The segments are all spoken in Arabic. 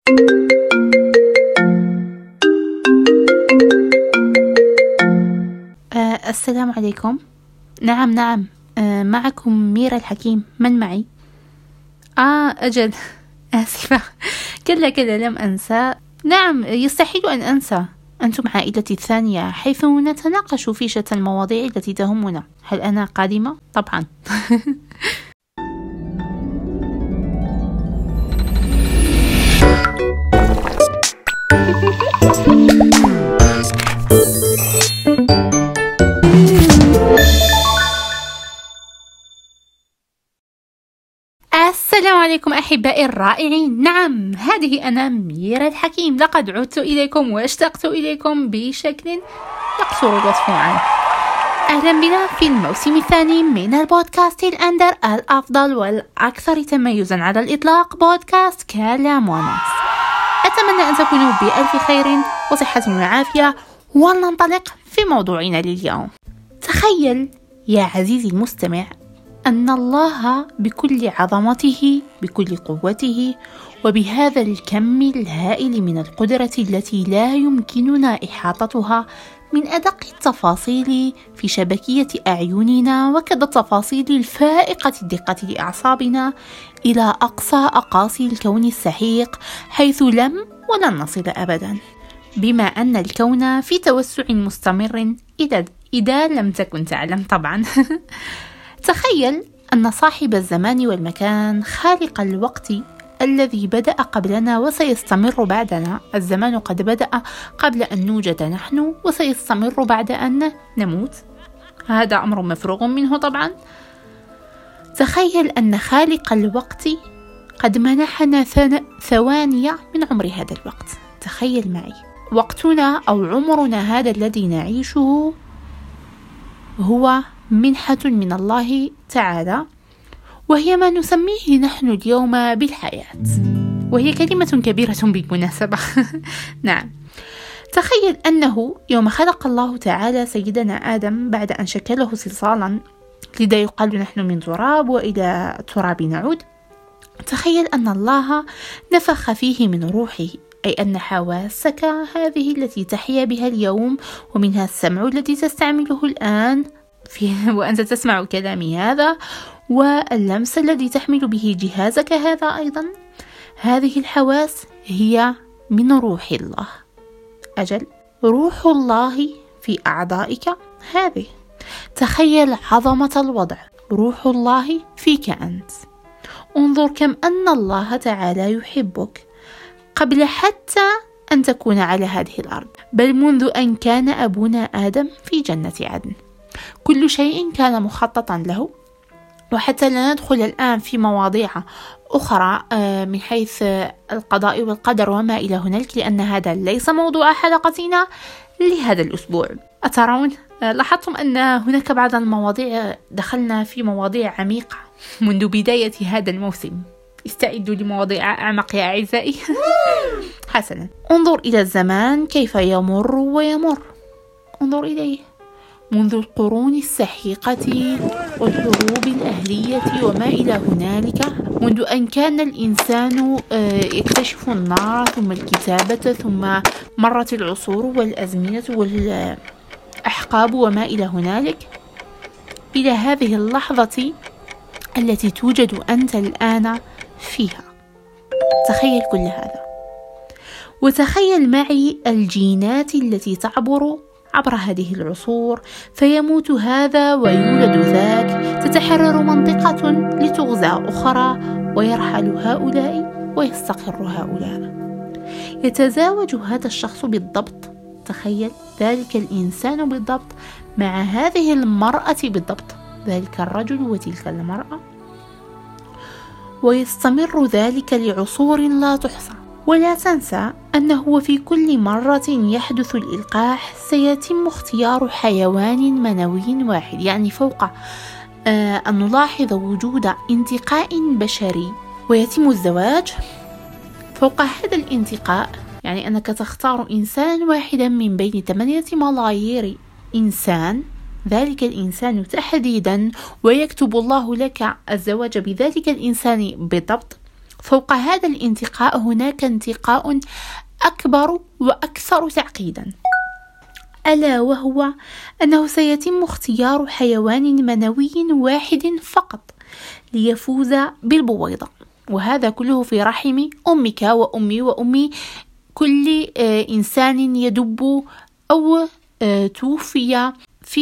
السلام عليكم. نعم. معكم ميرا الحكيم. من معي؟ أجل. آسفة. كلا لم أنسى. نعم، يستحيل أن أنسى. أنتم عائلتي الثانية، حيث نتناقش في شتى المواضيع التي تهمنا. هل أنا قادمة؟ طبعا. السلام عليكم أحبائي الرائعين. نعم، هذه أنا ميرا الحكيم. لقد عدت إليكم واشتقت إليكم بشكل يقصر الوصف عنه. أهلا بنا في الموسم الثاني من البودكاست الأندر الأفضل والأكثر تميزا على الإطلاق، بودكاست كلام وناس. أتمنى أن تكونوا بألف خير وصحة وعافية، ولننطلق في موضوعنا لليوم. تخيل يا عزيزي المستمع أن الله بكل عظمته، بكل قوته، وبهذا الكم الهائل من القدرة التي لا يمكننا إحاطتها، من أدق التفاصيل في شبكية أعيننا، وكذا التفاصيل الفائقة الدقة لأعصابنا، إلى أقصى أقاصي الكون السحيق، حيث لم ولن نصل أبدا، بما أن الكون في توسع مستمر إذا لم تكن تعلم طبعا. تخيل أن صاحب الزمان والمكان، خالق الوقت الذي بدأ قبلنا وسيستمر بعدنا، الزمان قد بدأ قبل أن نوجد نحن وسيستمر بعد أن نموت، هذا أمر مفروغ منه طبعا. تخيل أن خالق الوقت قد منحنا ثواني من عمر هذا الوقت. تخيل معي، وقتنا أو عمرنا هذا الذي نعيشه هو منحة من الله تعالى، وهي ما نسميه نحن اليوم بالحياة، وهي كلمة كبيرة بالمناسبة. نعم، تخيل أنه يوم خلق الله تعالى سيدنا آدم بعد أن شكله صلصالا، لذا يقال نحن من تراب وإلى التراب نعود. تخيل أن الله نفخ فيه من روحه، أي أن حواسك هذه التي تحيا بها اليوم، ومنها السمع الذي تستعمله الآن وأنت تسمع كلامي هذا، واللمس الذي تحمل به جهازك هذا أيضا، هذه الحواس هي من روح الله. أجل، روح الله في أعضائك هذه. تخيل عظمة الوضع، روح الله فيك أنت. انظر كم أن الله تعالى يحبك قبل حتى أن تكون على هذه الأرض، بل منذ أن كان أبونا آدم في جنة عدن. كل شيء كان مخططا له، وحتى لا ندخل الآن في مواضيع أخرى من حيث القضاء والقدر وما إلى هنالك، لأن هذا ليس موضوع حلقتنا لهذا الأسبوع. أترون؟ لاحظتم أن هناك بعض المواضيع دخلنا في مواضيع عميقة منذ بداية هذا الموسم. استعدوا لمواضيع أعمق يا أعزائي. حسنا، انظر إلى الزمان كيف يمر ويمر. انظر إليه منذ القرون السحيقة والحروب الأهلية وما إلى هنالك، منذ أن كان الإنسان يكتشف النار ثم الكتابة، ثم مرت العصور والأزمنة والأحقاب وما إلى هنالك، إلى هذه اللحظة التي توجد أنت الآن فيها. تخيل كل هذا، وتخيل معي الجينات التي تعبر عبر هذه العصور، فيموت هذا ويولد ذاك، تتحرر منطقة لتغزى أخرى، ويرحل هؤلاء ويستقر هؤلاء. يتزاوج هذا الشخص بالضبط، تخيل ذلك الإنسان بالضبط مع هذه المرأة بالضبط، ذلك الرجل وتلك المرأة، ويستمر ذلك لعصور لا تحصى. ولا تنسى أنه في كل مرة يحدث الإلقاح سيتم اختيار حيوان منوي واحد، يعني فوق أن نلاحظ وجود انتقاء بشري ويتم الزواج، فوق هذا الانتقاء يعني أنك تختار إنسان واحدا من بين 8 ملايير إنسان، ذلك الإنسان تحديدا، ويكتب الله لك الزواج بذلك الإنسان بالضبط، فوق هذا الانتقاء هناك انتقاء أكبر وأكثر تعقيدا، ألا وهو أنه سيتم اختيار حيوان منوي واحد فقط ليفوز بالبويضة، وهذا كله في رحم أمك وأمي وأمي كل إنسان يدب أو توفي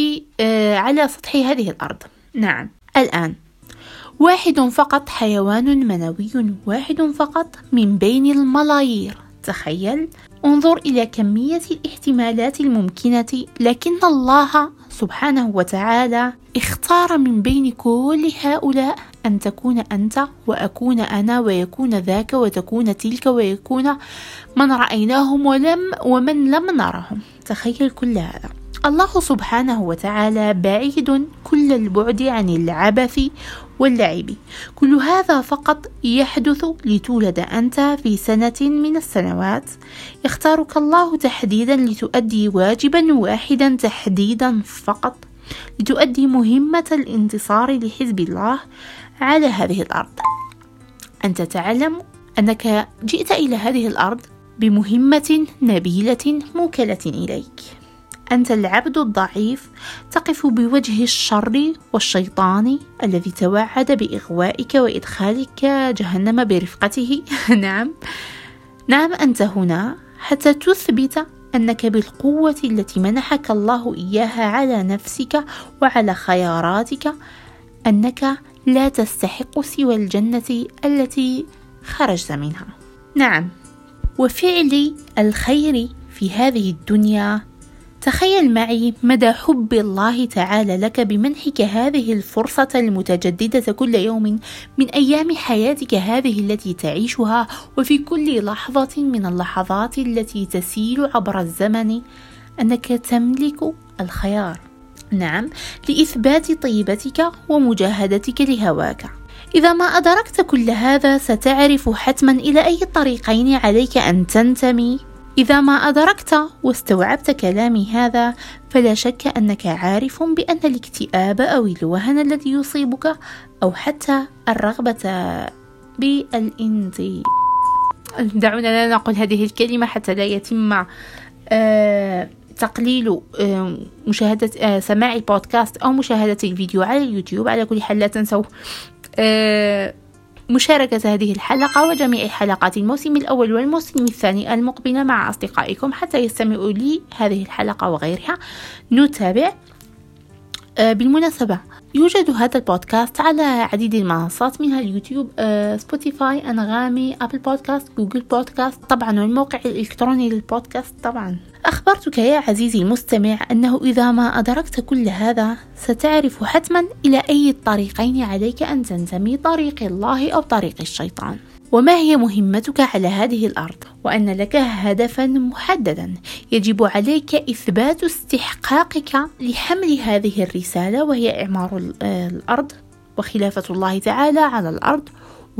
على سطح هذه الأرض. نعم، الآن واحد فقط، حيوان منوي واحد فقط من بين الملايير. تخيل، انظر إلى كمية الاحتمالات الممكنة، لكن الله سبحانه وتعالى اختار من بين كل هؤلاء أن تكون أنت وأكون أنا ويكون ذاك وتكون تلك ويكون من رأيناهم ومن لم نرهم. تخيل كل هذا. الله سبحانه وتعالى بعيد كل البعد عن العبث واللعب. كل هذا فقط يحدث لتولد أنت في سنة من السنوات، يختارك الله تحديدا لتؤدي واجبا واحدا تحديدا فقط، لتؤدي مهمة الانتصار لحزب الله على هذه الأرض. أنت تعلم أنك جئت إلى هذه الأرض بمهمة نبيلة موكلة إليك. أنت العبد الضعيف تقف بوجه الشر والشيطان الذي توعد بإغوائك وإدخالك جهنم برفقته. نعم، أنت هنا حتى تثبت أنك بالقوة التي منحك الله إياها على نفسك وعلى خياراتك أنك لا تستحق سوى الجنة التي خرجت منها. نعم، وفعل الخير في هذه الدنيا. تخيل معي مدى حب الله تعالى لك بمنحك هذه الفرصة المتجددة كل يوم من أيام حياتك هذه التي تعيشها، وفي كل لحظة من اللحظات التي تسير عبر الزمن أنك تملك الخيار. نعم، لإثبات طيبتك ومجاهدتك لهواك. إذا ما أدركت كل هذا ستعرف حتما إلى أي الطريقين عليك أن تنتمي. إذا ما أدركت واستوعبت كلامي هذا فلا شك أنك عارف بأن الاكتئاب أو الوهن الذي يصيبك أو حتى الرغبة دعونا لا نقول هذه الكلمة حتى لا يتم تقليل مشاهدة سماع البودكاست أو مشاهدة الفيديو على اليوتيوب. على كل حال لا تنسوا مشاركة هذه الحلقة وجميع حلقات الموسم الأول والموسم الثاني المقبلة مع أصدقائكم حتى يستمعوا لي هذه الحلقة وغيرها. نتابع. بالمناسبة يوجد هذا البودكاست على عديد المنصات منها اليوتيوب، سبوتيفاي، أنغامي، أبل بودكاست، جوجل بودكاست طبعا، والموقع الإلكتروني للبودكاست طبعا. أخبرتك يا عزيزي المستمع أنه إذا ما أدركت كل هذا ستعرف حتما إلى أي الطريقين عليك أن تنتمي، طريق الله أو طريق الشيطان، وما هي مهمتك على هذه الأرض، وأن لك هدفا محددا يجب عليك إثبات استحقاقك لحمل هذه الرسالة، وهي إعمار الأرض وخلافة الله تعالى على الأرض.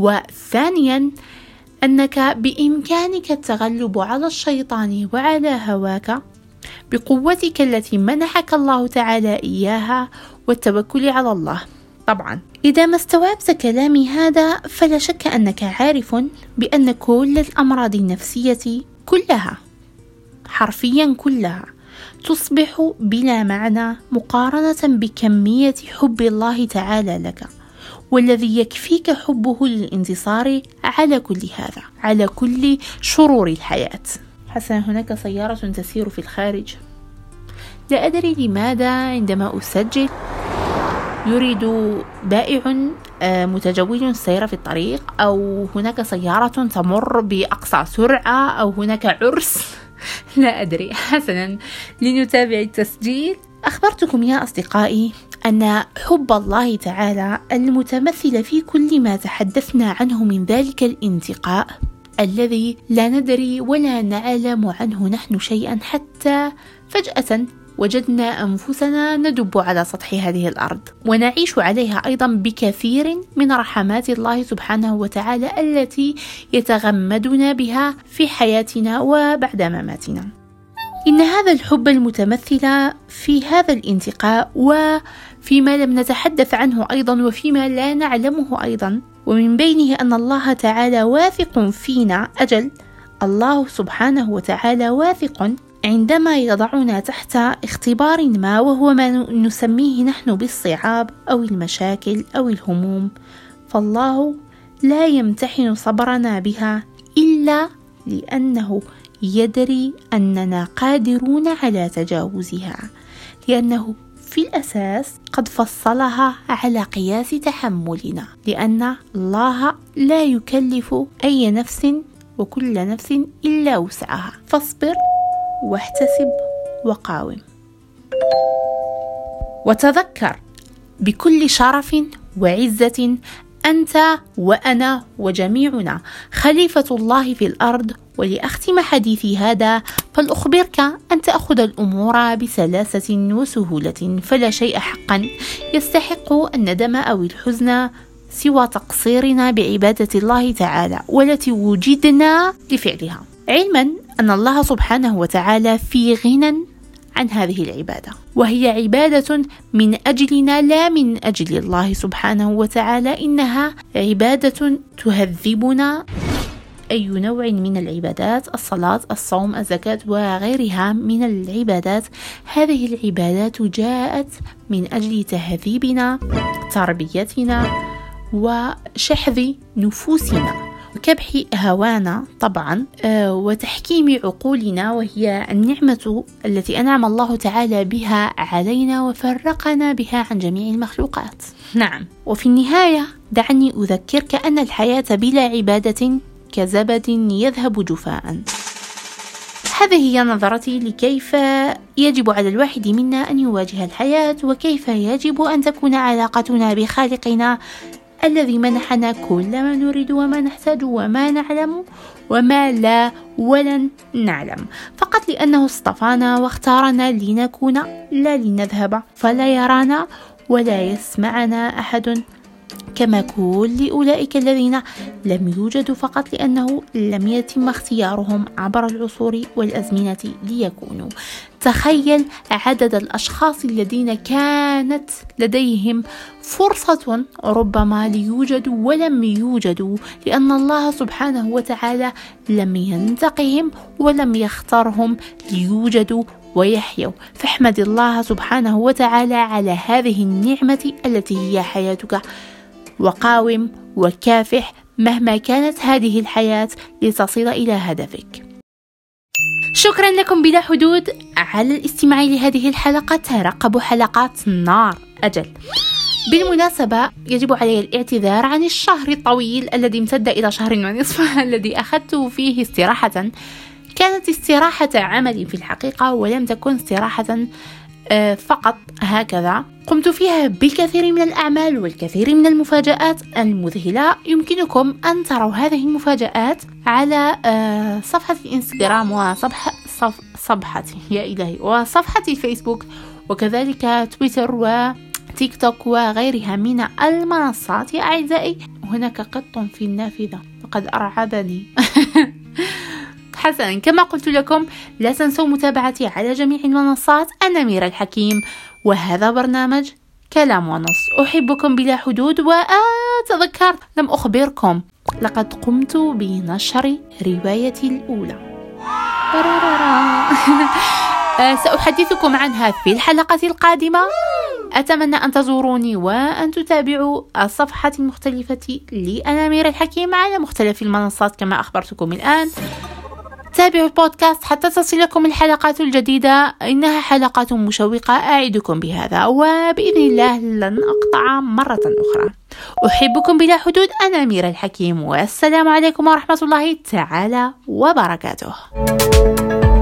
وثانيا أنك بإمكانك التغلب على الشيطان وعلى هواك بقوتك التي منحك الله تعالى إياها والتوكل على الله. طبعا إذا ما استوعبت كلامي هذا فلا شك أنك عارف بأن كل الأمراض النفسية كلها، حرفيا كلها، تصبح بلا معنى مقارنة بكمية حب الله تعالى لك، والذي يكفيك حبه للانتصار على كل هذا، على كل شرور الحياة. حسنا، هناك سيارة تسير في الخارج، لا أدري لماذا عندما أسجل يريد بائع متجول السير في الطريق، أو هناك سيارة تمر بأقصى سرعة، أو هناك عرس، لا أدري. حسنا، لنتابع التسجيل. أخبرتكم يا أصدقائي أن حب الله تعالى المتمثل في كل ما تحدثنا عنه من ذلك الانتقاء الذي لا ندري ولا نعلم عنه نحن شيئا، حتى فجأة وجدنا أنفسنا ندب على سطح هذه الأرض ونعيش عليها أيضا بكثير من رحمات الله سبحانه وتعالى التي يتغمدنا بها في حياتنا وبعد مماتنا. إن هذا الحب المتمثل في هذا الانتقاء وفيما لم نتحدث عنه أيضا وفيما لا نعلمه أيضا ومن بينه أن الله تعالى واثق فينا. أجل، الله سبحانه وتعالى واثق عندما يضعنا تحت اختبار ما، وهو ما نسميه نحن بالصعاب أو المشاكل أو الهموم، فالله لا يمتحن صبرنا بها إلا لأنه يدري أننا قادرون على تجاوزها، لأنه في الأساس قد فصلها على قياس تحملنا، لأن الله لا يكلف أي نفس وكل نفس إلا وسعها، فاصبر واحتسب وقاوم. وتذكر بكل شرف وعزة أنت وأنا وجميعنا خليفة الله في الأرض. ولأختم حديثي هذا فلأخبرك أن تأخذ الأمور بسلاسة وسهولة، فلا شيء حقا يستحق الندم أو الحزن سوى تقصيرنا بعبادة الله تعالى والتي وجدنا لفعلها، علما أن الله سبحانه وتعالى في غنى عن هذه العبادة، وهي عبادة من أجلنا لا من أجل الله سبحانه وتعالى. إنها عبادة تهذبنا أي نوع من العبادات، الصلاة، الصوم، الزكاة وغيرها من العبادات. هذه العبادات جاءت من أجل تهذيبنا، تربيتنا، وشحذ نفوسنا، وكبح هوانا طبعا، وتحكيم عقولنا، وهي النعمة التي أنعم الله تعالى بها علينا وفرقنا بها عن جميع المخلوقات. نعم، وفي النهاية دعني أذكرك أن الحياة بلا عبادة كزبد يذهب جفاء. هذه هي نظرتي لكيف يجب على الواحد منا أن يواجه الحياة، وكيف يجب أن تكون علاقتنا بخالقنا الذي منحنا كل ما نريد وما نحتاج وما نعلم وما لا ولن نعلم، فقط لأنه اصطفانا واختارنا لنكون لا لنذهب، فلا يرانا ولا يسمعنا أحد كما كل أولئك الذين لم يوجدوا فقط لأنه لم يتم اختيارهم عبر العصور والأزمنة ليكونوا. تخيل عدد الأشخاص الذين كانت لديهم فرصة ربما ليوجدوا ولم يوجدوا، لأن الله سبحانه وتعالى لم ينتقهم ولم يختارهم ليوجدوا ويحيوا. فاحمد الله سبحانه وتعالى على هذه النعمة التي هي حياتك، وقاوم وكافح مهما كانت هذه الحياة لتصل إلى هدفك. شكرا لكم بلا حدود على الاستماع لهذه الحلقة. ترقبوا حلقات نار أجل. بالمناسبة يجب علي الاعتذار عن الشهر الطويل الذي امتد إلى شهر ونصف الذي أخذته فيه استراحة. كانت استراحة عمل في الحقيقة، ولم تكن استراحة فقط هكذا. قمت فيها بالكثير من الأعمال والكثير من المفاجآت المذهلة. يمكنكم أن تروا هذه المفاجآت على صفحة الإنستغرام وصفحتي يا إلهي وصفحة الفيسبوك، وكذلك تويتر وتيك توك وغيرها من المنصات. يا أعزائي، هناك قط في النافذة وقد أرعبني. حسنا، كما قلت لكم لا تنسوا متابعتي على جميع المنصات. أنا ميرا الحكيم، وهذا برنامج كلام ونص. أحبكم بلا حدود. وأتذكر لم أخبركم، لقد قمت بنشر روايتي الأولى. سأحدثكم عنها في الحلقة القادمة. أتمنى أن تزوروني وأن تتابعوا الصفحة المختلفة لأنا ميرا الحكيم على مختلف المنصات كما أخبرتكم الآن. تابعوا البودكاست حتى تصلكم الحلقات الجديدة، إنها حلقات مشوقة أعدكم بهذا، وبإذن الله لن أقطع مرة أخرى. أحبكم بلا حدود. أنا ميرا الحكيم، والسلام عليكم ورحمة الله تعالى وبركاته.